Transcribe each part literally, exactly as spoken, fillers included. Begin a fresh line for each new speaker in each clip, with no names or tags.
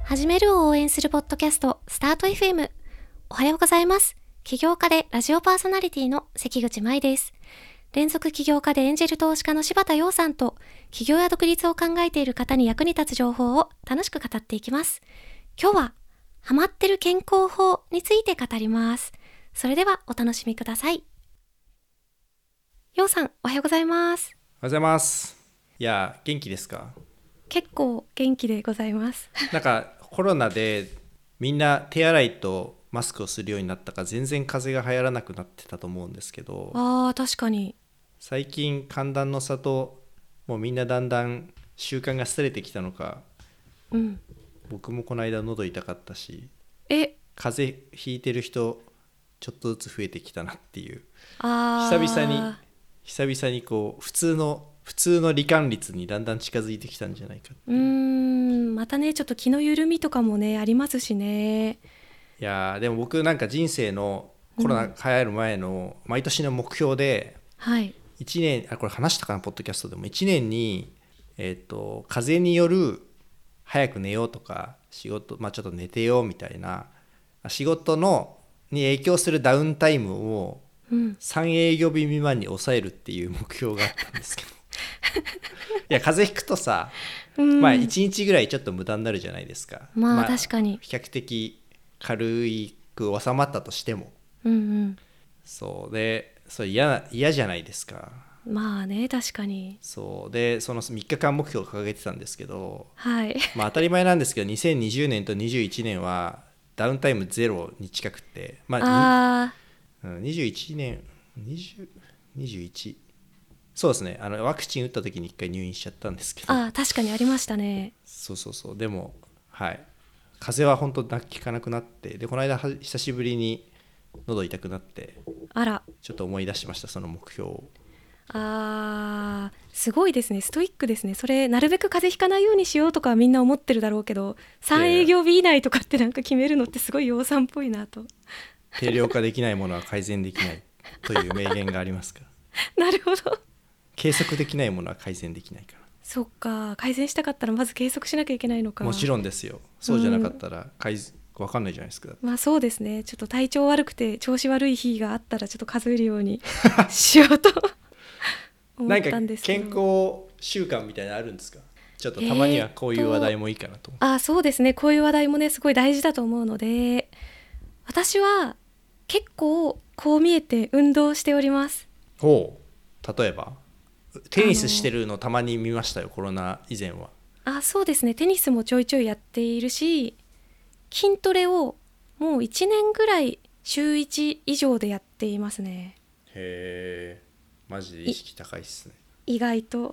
始めるを応援するポッドキャストスタート エフエム。 おはようございます。起業家でラジオパーソナリティの関口舞です。連続起業家でエンジェル投資家の柴田洋さんと、起業や独立を考えている方に役に立つ情報を楽しく語っていきます。今日はハマってる健康法について語ります。それではお楽しみください。洋さん、おはようございます。
おはようございます。いや元気ですか？
結構元気でございます。
なんかコロナでみんな手洗いとマスクをするようになったから全然風邪が流行らなくなってたと思うんですけど、
あー確かに
最近寒暖の差ともうみんなだんだん習慣が廃れてきたのか、
うん、
僕もこの間喉痛かったし、
え
風邪ひいてる人ちょっとずつ増えてきたなっていう、
あ
久々に久々にこう普通の普通の罹患率にだんだん近づいてきたんじゃないかっていう。
うーんまたねちょっと気の緩みとかもねありますしね。
いやでも僕なんか人生のコロナ流行る前の毎年の目標で、
うん、はい
いちねん、あこれ話したかなポッドキャストでも、いちねんに、えーと、風邪による早く寝ようとか仕事、まあ、ちょっと寝てよみたいな仕事のに影響するダウンタイムをさん営業日未満に抑えるっていう目標があったんですけどいや風邪ひくとさ、うん、まあいちにちぐらいちょっと無駄になるじゃないですか。
まあ、まあ、確かに
比較的軽く収まったとしても、
うんうん、
そうでそれ 嫌, 嫌じゃないですか。
まあね確かに
そうでそのみっかかん目標を掲げてたんですけど、
はい
まあ、当たり前なんですけどにせんにじゅうねんとにじゅういちねんはダウンタイムゼロに近くて、まあ、あにじゅういちねん20 にじゅういちそうですね、あのワクチン打った時にいっかい入院しちゃったんですけど、
あ確かにありましたね。
そうそうそう、でもはい風邪は本当な効かなくなって、でこの間は久しぶりに喉痛くなって、
あら
ちょっと思い出しましたその目標を。
あーすごいですね、ストイックですね。それなるべく風邪ひかないようにしようとかみんな思ってるだろうけど、さん営業日以内とかってなんか決めるのってすごい養蚕っぽいなと。
定量化できないものは改善できないという名言がありますから
なるほど。
計測できないものは改善できないから。
そっか、改善したかったらまず計測しなきゃいけないのか。
もちろんですよ。そうじゃなかったら改善、うん、分かんないじゃないですか。
まあそうですね、ちょっと体調悪くて調子悪い日があったらちょっと数えるようにしようと思ったんですけど。
なんか健康習慣みたいなのあるんですか？ちょっとたまにはこういう話題もいいかなと思って、
えー、あそうですね、こういう話題もねすごい大事だと思うので、私は結構こう見えて運動しております。
ほう、例えばテニスしてるのたまに見ましたよ、コロナ以前は。
あそうですね、テニスもちょいちょいやっているし、筋トレをもういちねんぐらい週いち以上でやっていますね。
へえ、マジで意識高いっすね。
意外と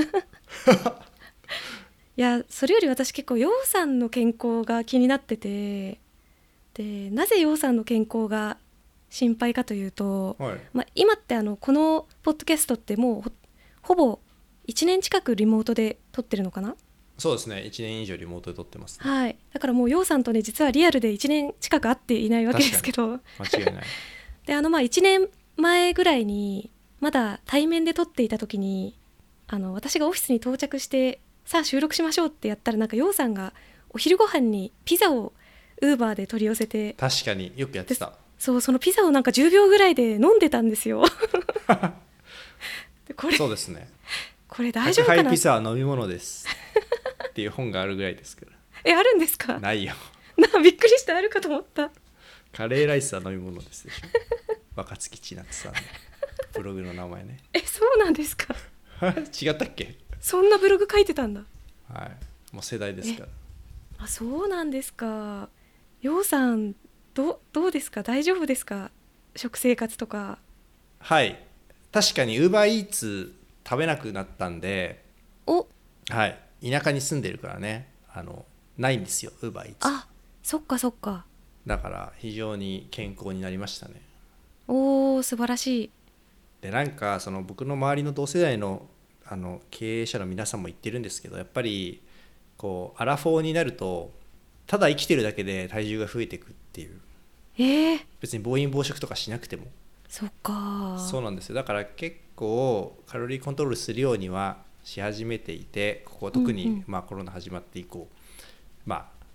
いやそれより私結構陽さんの健康が気になってて、でなぜ陽さんの健康が心配かというと、
はい、
まあ、今ってあのこのポッドキャストってもう ほ, ほぼいちねん近くリモートで撮ってるのかな。
そうですね、いちねん以上リモートで撮ってますね。
はい、だからもう陽さんとね実はリアルでいちねん近く会っていないわけですけど、
間違いない
であのまあいちねんまえぐらいにまだ対面で撮っていた時に、あの私がオフィスに到着してさあ収録しましょうってやったら、なんか陽さんがお昼ご飯にピザをウーバーで取り寄せて、
確かによくやってた。
そうそのピザをなんかじゅうびょうぐらいで飲んでたんですよでこれ
そうですね、
これ大丈夫かな。
宅配ピザは飲み物ですっていう本があるぐらいですから
えあるんですか？
ないよ
なびっくりしてあるかと思った。
カレーライスは飲み物ですでしょ若槻千夏さんのブログの名前ね
えそうなんですか
違ったっけ？
そんなブログ書いてたんだ。
はい、もう世代ですから。
あそうなんですか。陽さん ど, どうですか、大丈夫ですか、食生活とか。
はい、確かに UberEats 食べなくなったんで、
お
はい、田舎に住んでるからね、あのないんですよ UberEats。
あそっかそっか。
だから非常に健康になりましたね。
おー素晴らしい。
でなんかその僕の周りの同世代のあの経営者の皆さんも言ってるんですけど、やっぱりこうアラフォーになるとただ生きてるだけで体重が増えていくっていう、
えー、
別に暴飲暴食とかしなくても。
そっか。
そうなんですよ。だから結構カロリーコントロールするようにはし始めていて、ここ特に、うんうん、まあ、コロナ始まって以降、まあね、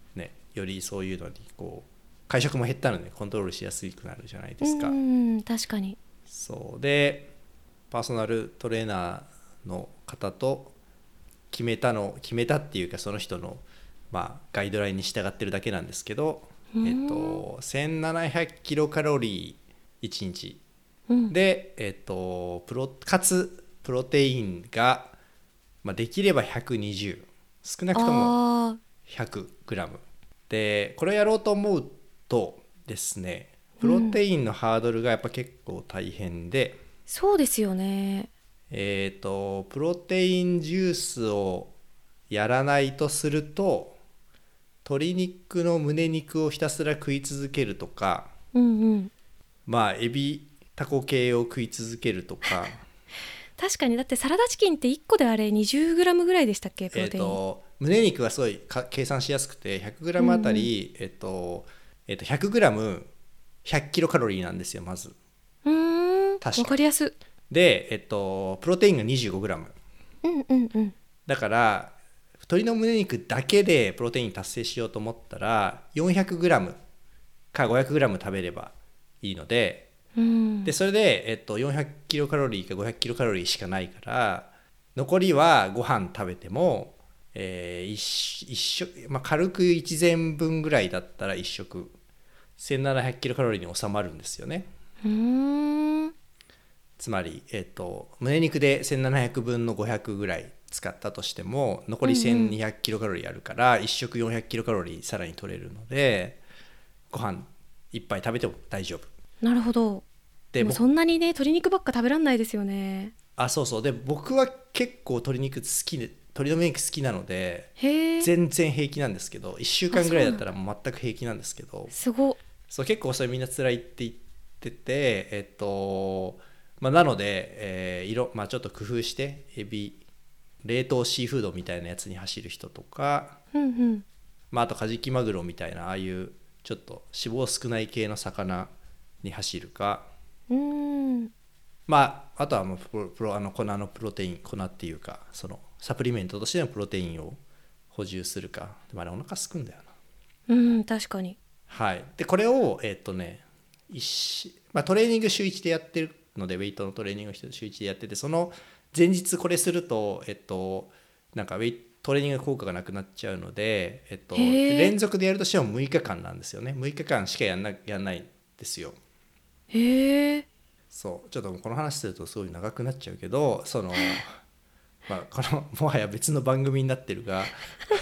よりそういうのにこう会食も減ったのでコントロールしやすくなるじゃないですか。
うん確かに。
そうでパーソナルトレーナーの方と決めたの決めたっていうかその人の、まあ、ガイドラインに従ってるだけなんですけど、えっと、せんななひゃくキロカロリーいちにちで、えっと、プロかつプロテインが、まあ、できればひゃくにじゅう少なくともひゃくグラムでこれをやろうと思うとですねプロテインのハードルがやっぱ結構大変で、うん、
そうですよね。
えーと、プロテインジュースをやらないとすると鶏肉の胸肉をひたすら食い続けるとか、
うんうん、
まあエビタコ系を食い続けるとか
確かにだってサラダチキンっていっこであれ にじゅうグラム ぐらいでしたっけプロテイン、
えーと、胸肉はすごい計算しやすくて ひゃくグラム あたり、うんうんえーとえーと、ひゃくグラムひゃくキロカロリーなんですよまず。
うーん
確か
わかりやす
で、えっと、プロテインが にじゅうごグラム、
うんうんうん、
だから鶏の胸肉だけでプロテイン達成しようと思ったら よんひゃくグラム か ごひゃくグラム 食べればいいので、
うん、
でそれで、えっと、よんひゃくキロカロリーかごひゃくキロカロリーしかないから残りはご飯食べても、えー、一一食、まあ、軽くいちぜんぶんぐらいだったらいっ食せんななひゃくキロカロリーに収まるんですよね。
うーん
つまり、えっと、胸肉でせんななひゃくぶんのごひゃくぐらい使ったとしても残りせんにひゃくキロカロリーあるから、うんうん、いっ食よんひゃくキロカロリーさらに取れるのでご飯いっぱい食べても大丈夫。
なるほど。でもそんなにね鶏肉ばっか食べらんないですよね。
あそうそうで僕は結構鶏肉好きで鶏の胸肉好きなので
へ
全然平気なんですけどいっしゅうかんぐらいだったらもう全く平気なんですけど
すご
そう結構それみんな辛いって言っててえっとまあ、なので、えー色まあ、ちょっと工夫してエビ冷凍シーフードみたいなやつに走る人とか、
うんうん
まあ、あとカジキマグロみたいなああいうちょっと脂肪少ない系の魚に走るか、
うーん
まあ、あとはもうプロプロあの粉のプロテイン粉っていうかそのサプリメントとしてのプロテインを補充するかでもあれお腹すくんだよ
う
な。
ん確かに。
はいでこれをえーっとね一、まあ、トレーニング週いちでやってるのでウェイトのトレーニングを週いちでやっててその前日これするとえっとなんかウェイトレーニング効果がなくなっちゃうので、えっと、連続でやるとしてもむいかかんなんですよね。むいかかんしかやんな、やんないんですよ。
へえ。
そうちょっとこの話するとすごい長くなっちゃうけどその、まあ、このもはや別の番組になってるが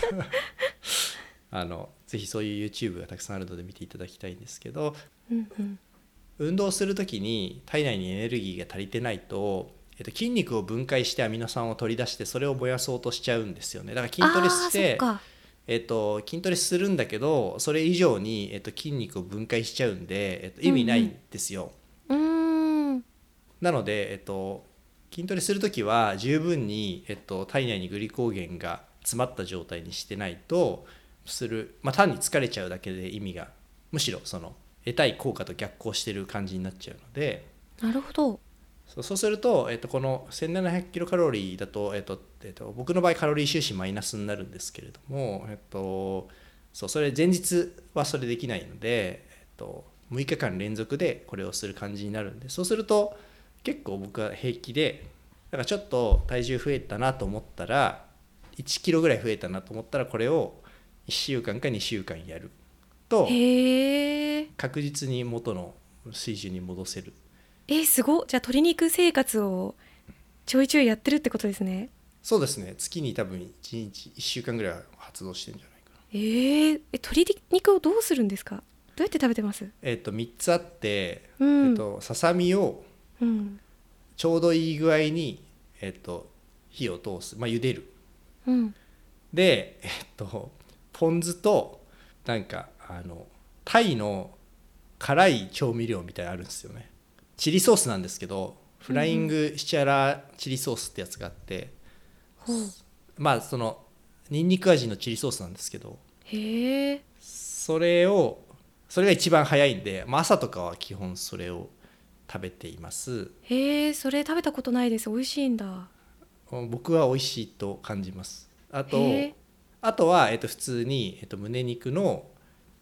あのぜひそういう YouTube がたくさんあるので見ていただきたいんですけど、
うんうん、
運動するときに体内にエネルギーが足りてないと、えっと、筋肉を分解してアミノ酸を取り出してそれを燃やそうとしちゃうんですよね。だから筋トレして、えっと、筋トレするんだけどそれ以上に、えっと、筋肉を分解しちゃうんで、えっと、意味ないんですよ。
うんうん、うーん
なので、えっと、筋トレするときは十分に、えっと、体内にグリコーゲンが詰まった状態にしてないとする、まあ、単に疲れちゃうだけで意味がむしろその得たい効果と逆行してる感じになっちゃうので。
なるほど。
そう、そうすると、えっと、このせんななひゃくキロカロリーだと、えっとえっと、僕の場合カロリー収支マイナスになるんですけれども、えっと、そうそれ前日はそれできないので、えっと、むいかかん連続でこれをする感じになるんでそうすると結構僕は平気でだからちょっと体重増えたなと思ったらいちキロぐらい増えたなと思ったらこれをいっしゅうかんかにしゅうかんやると確実に元の水準に戻せる。
えー、すごっ。じゃあ鶏肉生活をちょいちょいやってるってことですね。
そうですね。月に多分いちにちいっしゅうかんぐらいは発動してるんじゃないかな。
えー、え鶏肉をどうするんですか？どうやって食べてます？
えっとみっつあって、
うん
えっとささみをちょうどいい具合に、えっと火を通す、まあ茹でる、
うん、
でえっとポン酢となんかあのタイの辛い調味料みたいなのあるんですよね。チリソースなんですけどフライングシチャラチリソースってやつがあって、
うん、
まあそのニンニク味のチリソースなんですけど、
へえ。
それをそれが一番早いんで、まあ、朝とかは基本それを食べています。
へえ、それ食べたことないです。美味しいんだ。
僕は美味しいと感じます。あとあとは、えっと、普通に、えっと、胸肉の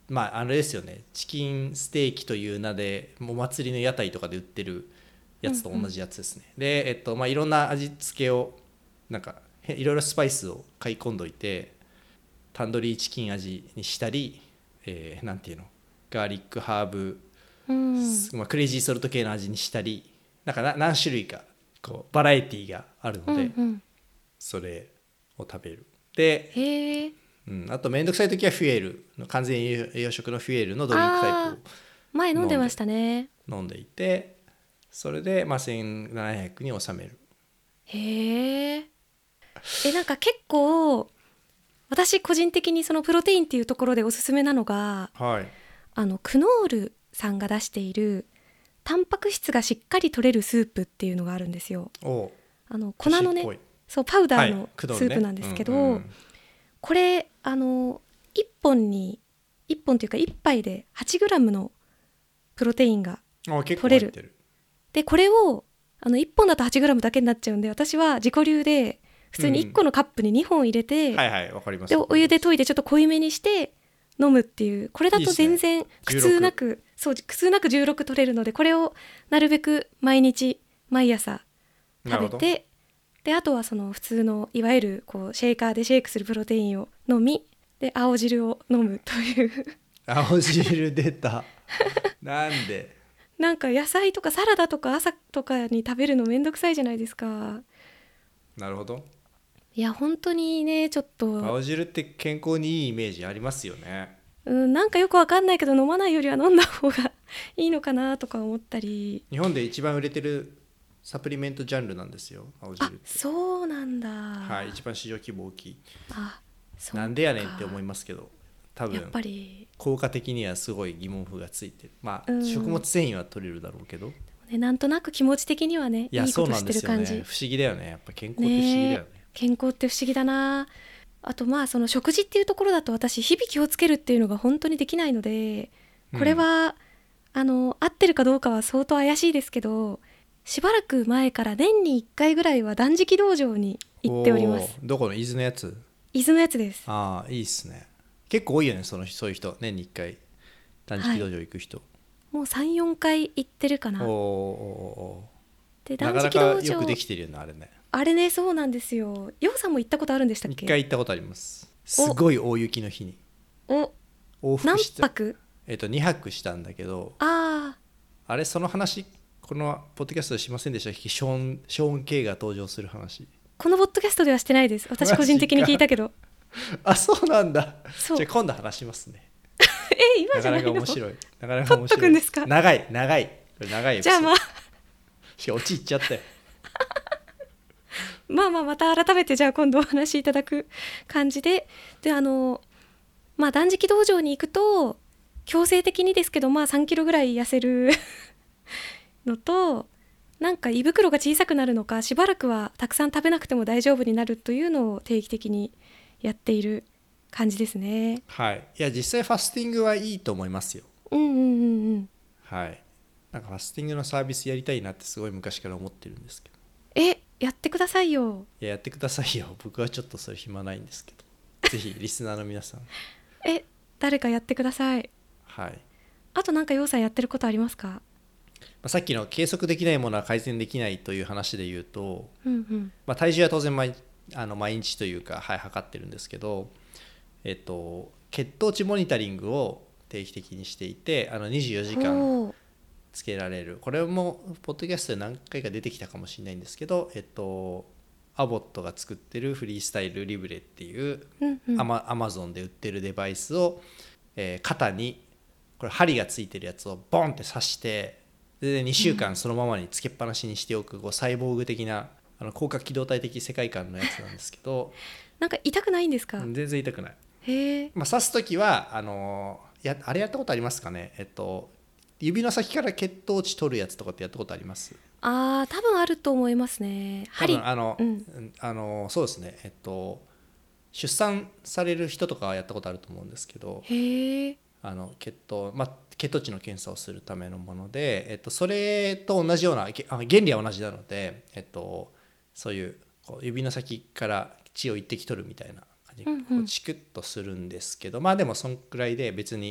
まああれですよね、チキンステーキという名でお祭りの屋台とかで売ってるやつと同じやつですね、うんうん、で、えっとまあ、いろんな味付けをなんかいろいろスパイスを買い込んどいてタンドリーチキン味にしたり、えー、なんていうのガーリックハーブ、うんまあ、クレイジーソルト系の味にしたりなんか何種類かこうバラエティーがあるので、うんうん、それを食べるで
へー、
うん、あとめんどくさい時はフィエルの完全栄養食のフィエルのドリンクタイプを
前飲んでましたね
飲んでいてそれでまあせんななひゃくに収める。
へーえなんか結構私個人的にそのプロテインっていうところでおすすめなのが、
はい、
あのクノールさんが出しているタンパク質がしっかり取れるスープっていうのがあるんですよ。
お
あの粉のねそうパウダーのスープなんですけど、はいねうんうん、これあのいっぽんにいっぽんというかいっぱいで はちグラム のプロテインが取れる。るでこれをあのいっぽんだと はちグラム だけになっちゃうんで私は自己流で普通にいっこのカップににほん入れて、うんはいはい、わかりますでお湯で溶いてちょっと濃いめにして飲むっていうこれだと全然苦痛なくいい、ね、そう苦痛なくじゅうろく取れるのでこれをなるべく毎日毎朝食べてであとはその普通のいわゆるこうシェイカーでシェイクするプロテインを飲みで青汁を飲むという
青汁出たなんで
なんか野菜とかサラダとか朝とかに食べるのめんどくさいじゃないですか。
なるほど。
いや本当にねちょっと
青汁って健康にいいイメージありますよね。
うんなんかよくわかんないけど飲まないよりは飲んだ方がいいのかなとか思ったり
日本で一番売れてるサプリメントジャンルなんですよ青汁って。
あそうなんだ。
はい一番市場規模大きい。
あそう
なんでやねんって思いますけど多分
やっぱり
効果的にはすごい疑問符がついてる。まあ、うん、食物繊維は取れるだろうけど
ね、なんとなく気持ち的にはねいいことしてる感じ。
ね、不思議だよねやっぱ健康って不思議だよね。ね
健康って不思議だな。あとまあその食事っていうところだと私日々気をつけるっていうのが本当にできないのでこれは、うん、あの合ってるかどうかは相当怪しいですけどしばらく前から年にいっかいぐらいは断食道場に行っております。
どこの伊豆のやつ？
伊豆のやつです。
ああいいっすね。結構多いよねそのそういう人年にいっかい断食道場行く人、はい、
もう さん,よん 回行ってるかな。
おお
で
断食道場なかなかよくできてるよねあれね。
あれねそうなんですよ。ようさんも行ったことあるんでしたっけ？
いっかい行ったことあります。すごい大雪の日に
お往復した何泊？
えっとにはくしたんだけど
あ
あれその話このポッドキャストでしませんでしたっけ？ショーン、ショーン K が登場する話。
このポッドキャストではしてないです。私個人的に聞いたけど
あそうなんだ。じゃあ今度話しますね
え今じゃないの？
なかなか面白い。なかなか面白い。
取っとくんですか？
長い長い長い。
じゃあまあ
しかも落ちいっちゃったよ
まあまあまた改めてじゃあ今度お話しいただく感じでであのまあ断食道場に行くと強制的にですけどまあさんキロぐらい痩せるのとなんか胃袋が小さくなるのかしばらくはたくさん食べなくても大丈夫になるというのを定期的にやっている感じですね。
はいいや実際ファスティングはいいと思いますよ。
うんうんうんうん
はいなんかファスティングのサービスやりたいなってすごい昔から思ってるんですけど。
えやってくださいよ。
いややってくださいよ。僕はちょっとそれ暇ないんですけどぜひリスナーの皆さん
え誰かやってください。
はい
あとなんかようさんやってることありますか？
さっきの計測できないものは改善できないという話で言うと、
うんうん
まあ、体重は当然 毎, あの毎日というか、はい、測ってるんですけど、えっと、血糖値モニタリングを定期的にしていてあのにじゅうよじかんつけられる。これもポッドキャストで何回か出てきたかもしれないんですけど、えっと、アボットが作ってるフリースタイルリブレっていう、
うんうん、
アマ、アマゾンで売ってるデバイスを、えー、肩にこれ針がついてるやつをボンって刺してでにしゅうかんそのままにつけっぱなしにしておく、こうサイボーグ的なあの広角機動隊的世界観のやつなんですけど
なんか痛くないんですか？
全然痛くない。
へー、
まあ、刺すときはあのやあれやったことありますかね、えっと、指の先から血糖値取るやつとかってやったことあります？
あー多分あると思いますね。針
多分あの、
うん、
あのそうですね、えっと、出産される人とかはやったことあると思うんですけど、
へー、
あの血糖、まあ、血糖値の検査をするためのもので、えっと、それと同じようなあ原理は同じなので、えっと、そういうこう指の先から血を一滴取るみたいな感じでこうチクッとするんですけど、うんうん、まあでもそんくらいで別に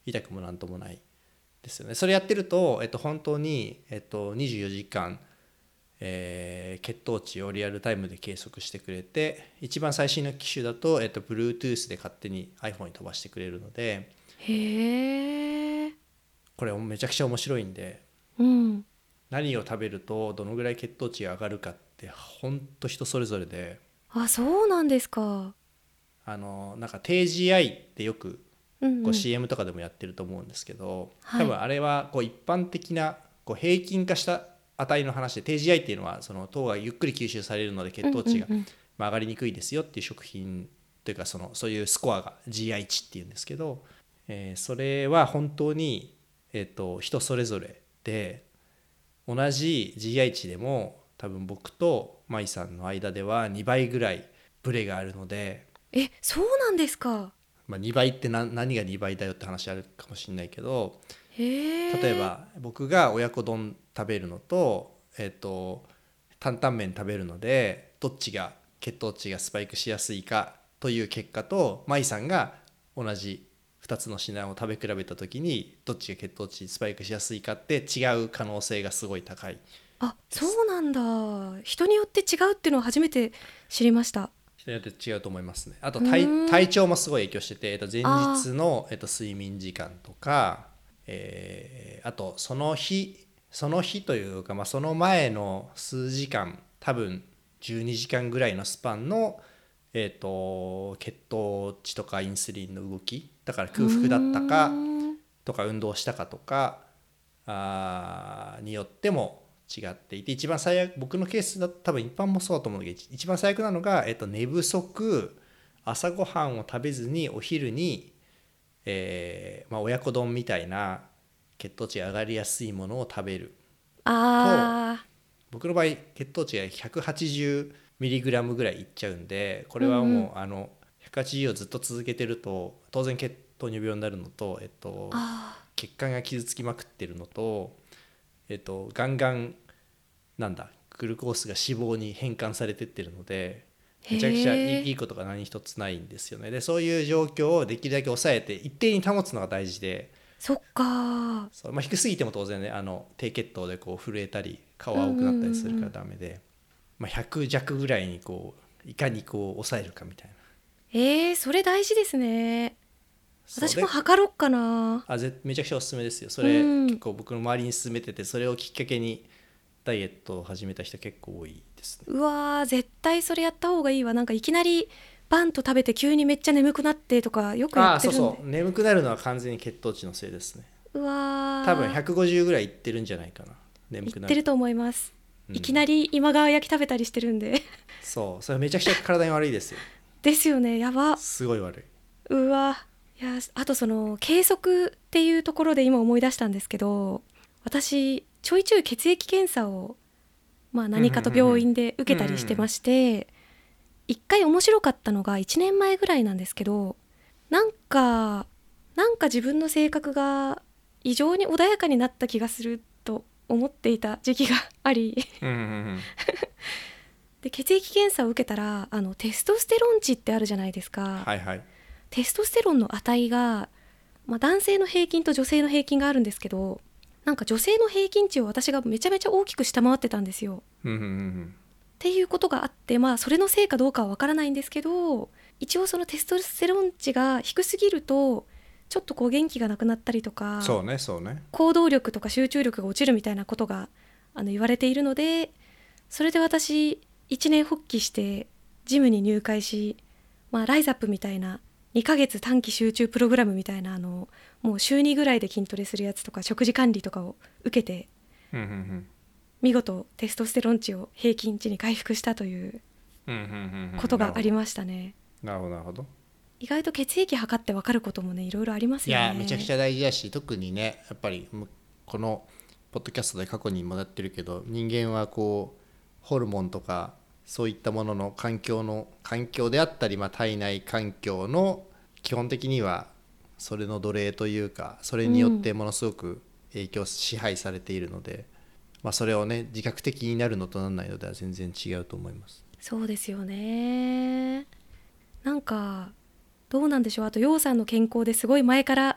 痛くもなんともないですよね。それやってると、えっと、本当に、えっと、にじゅうよじかん、えー血糖値をリアルタイムで計測してくれて、一番最新の機種だと、えっと、Bluetooth で勝手に iPhone に飛ばしてくれるので、
へえ。
これめちゃくちゃ面白いんで、
うん。
何を食べるとどのぐらい血糖値が上がるかって本当人それぞれで、
あ、そうなんですか。
あのなんか低 ジーアイ ってよくこう
うんうん。
シーエム とかでもやってると思うんですけど、
はい。
多分あれはこう一般的なこう平均化した値の話で、低 ジーアイ っていうのはその糖がゆっくり吸収されるので血糖値が
うんうんうん。
まあ上がりにくいですよっていう食品というか、そのそういうスコアが ジーアイ 値っていうんですけど、えーそれは本当に、えー、と人それぞれで、同じ ジーアイ 値でも多分僕と舞さんの間ではにばいぐらいブレがあるので、
え、そうなんですか。
まあ、にばいって何何がにばいだよって話あるかもしれないけど、
へえ。
例えば僕が親子丼食べるのと、えっと担々麺食べるのでどっちが血糖値がスパイクしやすいかという結果と、舞さんが同じふたつの品を食べ比べた時にどっちが血糖値スパイクしやすいかって違う可能性がすごい高い
あ、
です。
そうなんだ。人によって違うっていうのを初めて知りました。
人によって違うと思いますね。あと
う
体、
ーん。
体調もすごい影響してて、えっと、前
あ
日の、えっと、睡眠時間とか、えーあとその日その日というか、まあ、その前の数時間、多分じゅうにじかんぐらいのスパンの、えっと、血糖値とかインスリンの動きだから、
あ。うー
空腹だったか
ん。
とか運動したかとかあーによっても違っていて、一番最悪、僕のケースだと多分一般もそうだと思うんだけど、一番最悪なのが、えっと、寝不足、朝ごはんを食べずにお昼に、えーまあ、親子丼みたいな血糖値が上がりやすいものを食べると、
あ
僕の場合血糖値が ひゃくはちじゅうミリグラム ぐらいいっちゃうんで、こ
ー。う
れは
んうん。
もうあのひゃくはちじゅうをずっと続けてると当然血糖尿病になるのと、えっと、
あ
血管が傷つきまくってるのと、えっと、ガンガンなんだグルコースが脂肪に変換されてってるので、
ー。
めちゃくちゃい
へえ。
いいいことが何一つないんですよね。でそういう状況をできるだけ抑えて一定に保つのが大事で、
そっか。
そう、まあ、低すぎても当然ね、あの低血糖でこう震えたり顔
うんうん
青くなったりするから
うんうん。
ダメで、まあ、ひゃく弱ぐらいにこういかにこう抑えるかみたいな。
えー、それ大事ですね。私も
そうで、
測ろっかな。
あぜめちゃくちゃおすすめですよ。そ
う
れ結
ん。
構僕の周りに勧めてて、それをきっかけにダイエットを始めた人結構多いですね。
うわー、絶対それやった方がいいわ。なんかいきなりバンと食べて急にめっちゃ眠くなってとかよくや
ああ
ってるんで。
そうそう、眠くなるのは完全に血糖値のせいですね。
う
多分
わー、
ひゃくごじゅうぐらいいってるんじゃないかな、眠くなると。
いってると思います。
うん、
いきなり今川焼き食べたりしてるんで。
そうそれめちゃくちゃ体に悪いですよ。
ですよね、やば。
すごい悪い。
うわ。いや、あとその計測っていうところで今思い出したんですけど、私ちょいちょい血液検査を、まあ、何かと病院で受けたりしてまして、一回面白かったのがいちねんまえぐらいなんですけど、なんかなんか自分の性格が異常に穏やかになった気がすると思っていた時期があり、
うんうんうん
で血液検査を受けたら、あのテストステロン値ってあるじゃないですか。
はいはい。
テストステロンの値が、まあ、男性の平均と女性の平均があるんですけど、なんか女性の平均値を私がめちゃめちゃ大きく下回ってたんですよ。
うんうんうん
っていうことがあって、まあそれのせいかどうかはわからないんですけど、一応そのテストステロン値が低すぎるとちょっとこう元気がなくなったりとか、
そうねそうね。
行動力とか集中力が落ちるみたいなことがあの言われているので、それで私一年発起してジムに入会し、まあ、ライザップみたいなにかげつ短期集中プログラムみたいな、あのもう週にぐらいで筋トレするやつとか食事管理とかを受けて、
うんうんうん
見事テストステロン値を平均値に回復したという
うんうんうんうん
ことがありましたね。
なるほどなるほど。
意外と血液測って分かることもね、いろいろあります
い
よね。
やめちゃくちゃ大事だし、特にねやっぱりむこのポッドキャストで過去にもやってるけど、人間はこうホルモンとかそういったものの環境の環境であったり、まあ、体内環境の基本的にはそれの奴隷というか、それによってものすごく影響支配されているので、まあ、それをね自覚的になるのとならないのでは全然違うと思います。
そうですよね。なんかどうなんでしょう。あと陽さんの健康ですごい前から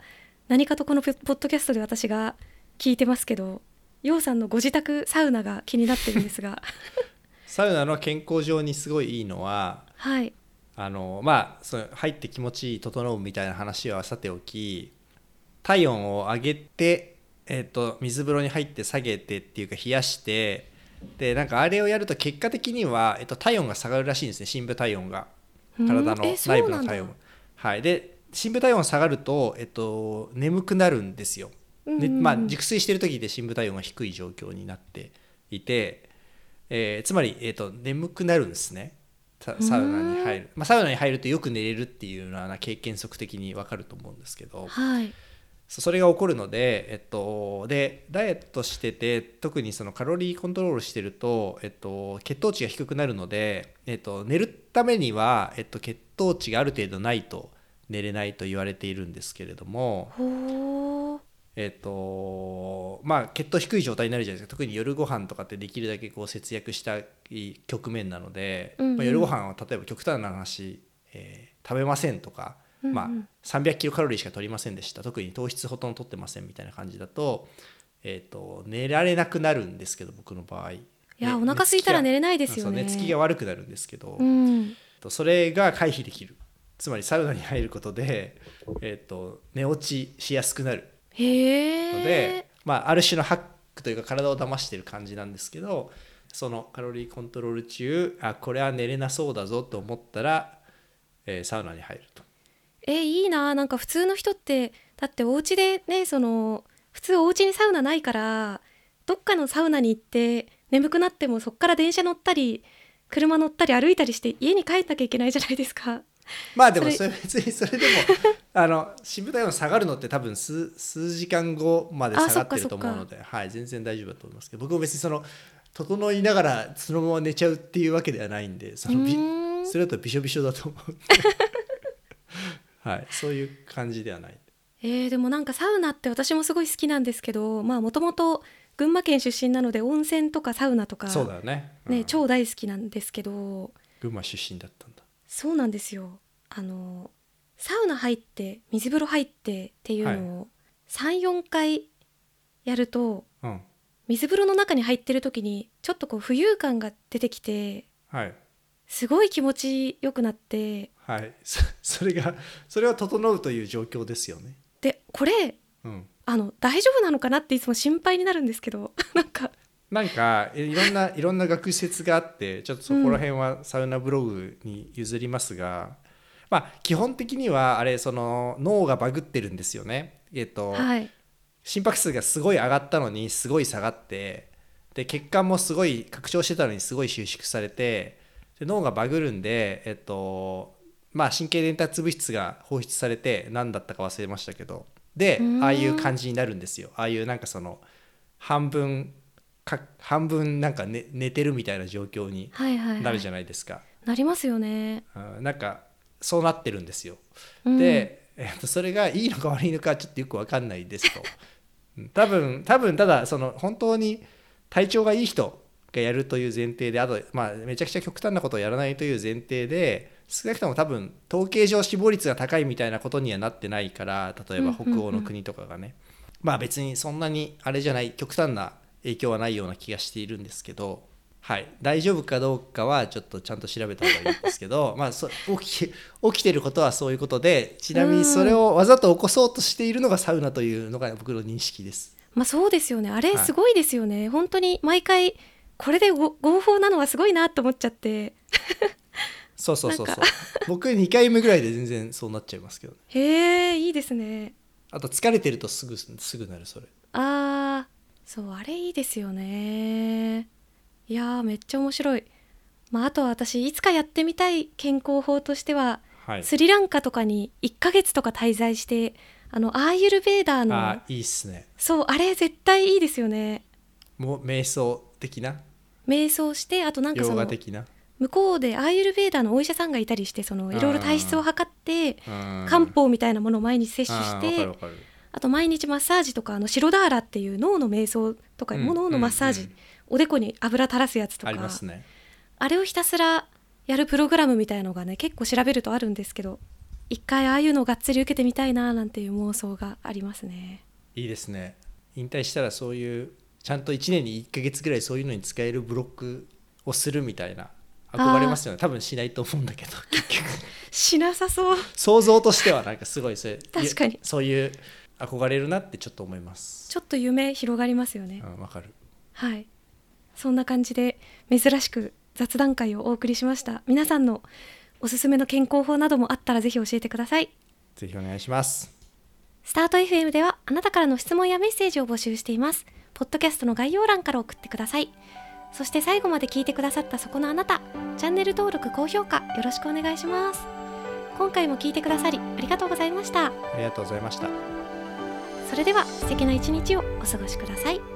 何かとこのポッドキャストで私が聞いてますけど、陽さんのご自宅サウナが気になってるんですが
サウナの健康上にすごいいいのは、
はい、
あのまあその入って気持ちいい整うみたいな話はさておき、体温を上げて、えー、と水風呂に入って下げてっていうか冷やして、でなんかあれをやると結果的には、えー、と体温が下がるらしいんですね。深部体温が、体の内部の体温、はい、で深部体温下がると、えー、と眠くなるんですよ、うんうんうん。まあ、熟睡してる時で深部体温が低い状況になっていて、えー、つまり、えー、と眠くなるんですね、サウナに入る、まあ、サウナに入るとよく寝れるっていうのは経験則的に分かると思うんですけど、
はい、
それが起こるので、えっと、でダイエットしてて特にそのカロリーコントロールしてると、えっと、血糖値が低くなるので、えっと、寝るためには、えっと、血糖値がある程度ないと寝れないと言われているんですけれども、
ほー、
えっとまあ、血糖低い状態になるじゃないですか。特に夜ご飯とかってできるだけこう節約したい局面なので、うんうん、まあ、夜ご飯を例えば極端な話、えー、食べませんとか、うんうん、まあ、さんびゃくキロカロリーしか取りませんでした、特に糖質ほとんど取ってませんみたいな感じだと、えー、と寝られなくなるんですけど、僕の場合い
や、ね、お腹空いたら寝れないですよね。
寝つきが悪くなるんですけど、
うん、
それが回避できる。つまりサウナに入ることで、えー、と寝落ちしやすくなる
へ
ので、まあ、ある種のハックというか体を騙してる感じなんですけど、そのカロリーコントロール中、あこれは寝れなそうだぞと思ったら、えー、サウナに入ると。
えいいな。なんか普通の人ってだってお家でね、その普通お家にサウナないから、どっかのサウナに行って眠くなってもそっから電車乗ったり車乗ったり歩いたりして家に帰んなきゃいけないじゃないですか。
まあでもそれ別にそれでもあの深部体温下がるのって多分 数, 数時間後まで下がってると思うので、はい、全然大丈夫だと思いますけど、僕も別にその整いながらそのまま寝ちゃうっていうわけではないんで、そのびそれだとびしょびしょだと思うはい、そういう感じではない。
えー、でもなんかサウナって私もすごい好きなんですけど、まあもともと群馬県出身なので温泉とかサウナとか、
そうだよね、
うん、ね、超大好きなんですけど。
群馬出身だったんだ。
そうなんですよ。あのサウナ入って水風呂入ってっていうのをさん、よんかいやると、うん、水風呂の中に入ってる時にちょっとこう浮遊感が出てきて、はい、すごい気持ちよくなって、
はい、そ, それがそれは整うという状況ですよね。
でこれ、うん、あの大丈夫なのかなっていつも心配になるんですけどなんか
なんかいろんないろんな学説があって、ちょっとそこら辺はサウナブログに譲りますが、うん、まあ、基本的にはあれその脳がバグってるんですよね。えっと、はい、心拍数がすごい上がったのにすごい下がって、で血管もすごい拡張してたのにすごい収縮されて、で脳がバグるんで、えっとまあ、神経伝達物質が放出されて何だったか忘れましたけど、でああいう感じになるんですよ。ああいうなんかその半分か半分なんか、ね、寝てるみたいな状況になるじゃないですか、はいはいはい、
なりますよね。
なんかそうなってるんですよ、うん、で、えっと、それがいいのか悪いのかちょっとよく分かんないですと多分多分ただその本当に体調がいい人がやるという前提で、あと、まあ、めちゃくちゃ極端なことをやらないという前提で、少なくとも多分統計上死亡率が高いみたいなことにはなってないから、例えば北欧の国とかがね、うんうんうん、まあ別にそんなにあれじゃない、極端な影響はないような気がしているんですけど、はい、大丈夫かどうかはちょっとちゃんと調べた方がいいんですけどまあそ起き、起きてることはそういうことで、ちなみにそれをわざと起こそうとしているのがサウナというのが僕の認識です。
まあそうですよね。あれすごいですよね、はい、本当に毎回これで合法なのはすごいなと思っちゃって
そうそうそうそう僕にかいめぐらいで全然そうなっちゃいますけど、ね、
へえ、いいですね。
あと疲れてるとすぐすぐなる。それ
あー、そうあれいいですよね。いやーめっちゃ面白い。まあ、あとは私いつかやってみたい健康法としては、はい、スリランカとかにいっかげつとか滞在して、あのアーユルヴェーダーの、
あいいっすね。
そうあれ絶対いいですよね。
もう瞑想的な
瞑想して、あとなんかその
ヨガ的な
向こうでアーユルヴェーダーのお医者さんがいたりして、そのいろいろ体質を測って漢方みたいなものを毎日摂取して、 あ, あ, あと毎日マッサージとか、あのシロダーラっていう脳の瞑想とか、うん、脳のマッサージ、うんうん、おでこに油垂らすやつとか
ありますね。
あれをひたすらやるプログラムみたいなのがね結構調べるとあるんですけど、 一回ああいうのをがっつり受けてみたいななんていう妄想がありますね。
いいですね。引退したらそういうちゃんといちねんにいっかげつぐらいそういうのに使えるブロックをするみたいな憧れますよね。多分しないと思うんだけど結局
しなさそう。
想像としてはなんかすごいそれ
確かに
そういう憧れるなってちょっと思います。
ちょっと夢広がりますよね。
うん、わかる。
はい、そんな感じで珍しく雑談会をお送りしました。皆さんのおすすめの健康法などもあったらぜひ教えてください。
ぜひお願いします。
スタート エフエム ではあなたからの質問やメッセージを募集しています。ポッドキャストの概要欄から送ってください。そして最後まで聞いてくださったそこのあなた、チャンネル登録高評価よろしくお願いします。今回も聞いてくださりありがとうございました。
ありがとうございました。
それでは素敵な一日をお過ごしください。